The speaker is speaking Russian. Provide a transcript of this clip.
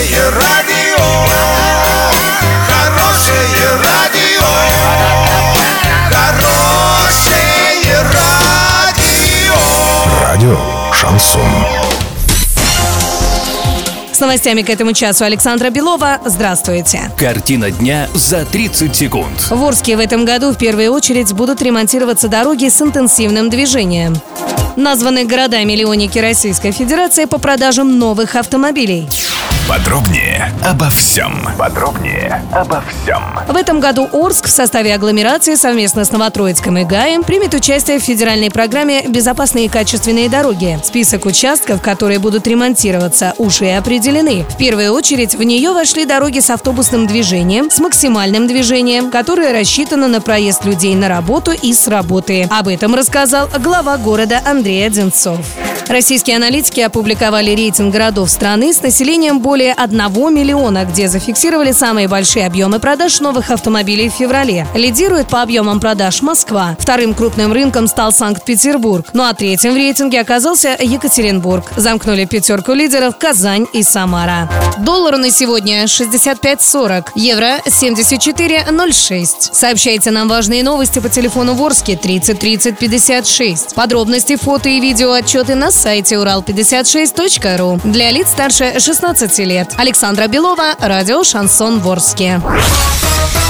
радио, хорошее радио, хорошее радио. Радио «Шансон». С новостями к этому часу Александра Белова. Здравствуйте. Картина дня за 30 секунд. В Орске в этом году в первую очередь будут ремонтироваться дороги с интенсивным движением. Названы города-миллионники Российской Федерации по продажам новых автомобилей. Подробнее обо всем. В этом году Орск в составе агломерации совместно с Новотроицком и ГАИем примет участие в федеральной программе «Безопасные и качественные дороги». Список участков, которые будут ремонтироваться, уже определены. В первую очередь в нее вошли дороги с автобусным движением, с максимальным движением, которые рассчитаны на проезд людей на работу и с работы. Об этом рассказал глава города Андрей Одинцов. Российские аналитики опубликовали рейтинг городов страны с населением более 1 миллиона, где зафиксировали самые большие объемы продаж новых автомобилей в феврале. Лидирует по объемам продаж Москва. Вторым крупным рынком стал Санкт-Петербург. Ну а третьем в рейтинге оказался Екатеринбург. Замкнули пятерку лидеров Казань и Самара. Доллар на сегодня 65.40, евро 74.06. Сообщайте нам важные новости по телефону в Орске 30 30 56. Подробности, фото и видео отчеты на сайте урал56.ру. Для лиц старше 16 лет. Александра Белова, радио «Шансон» в Орске.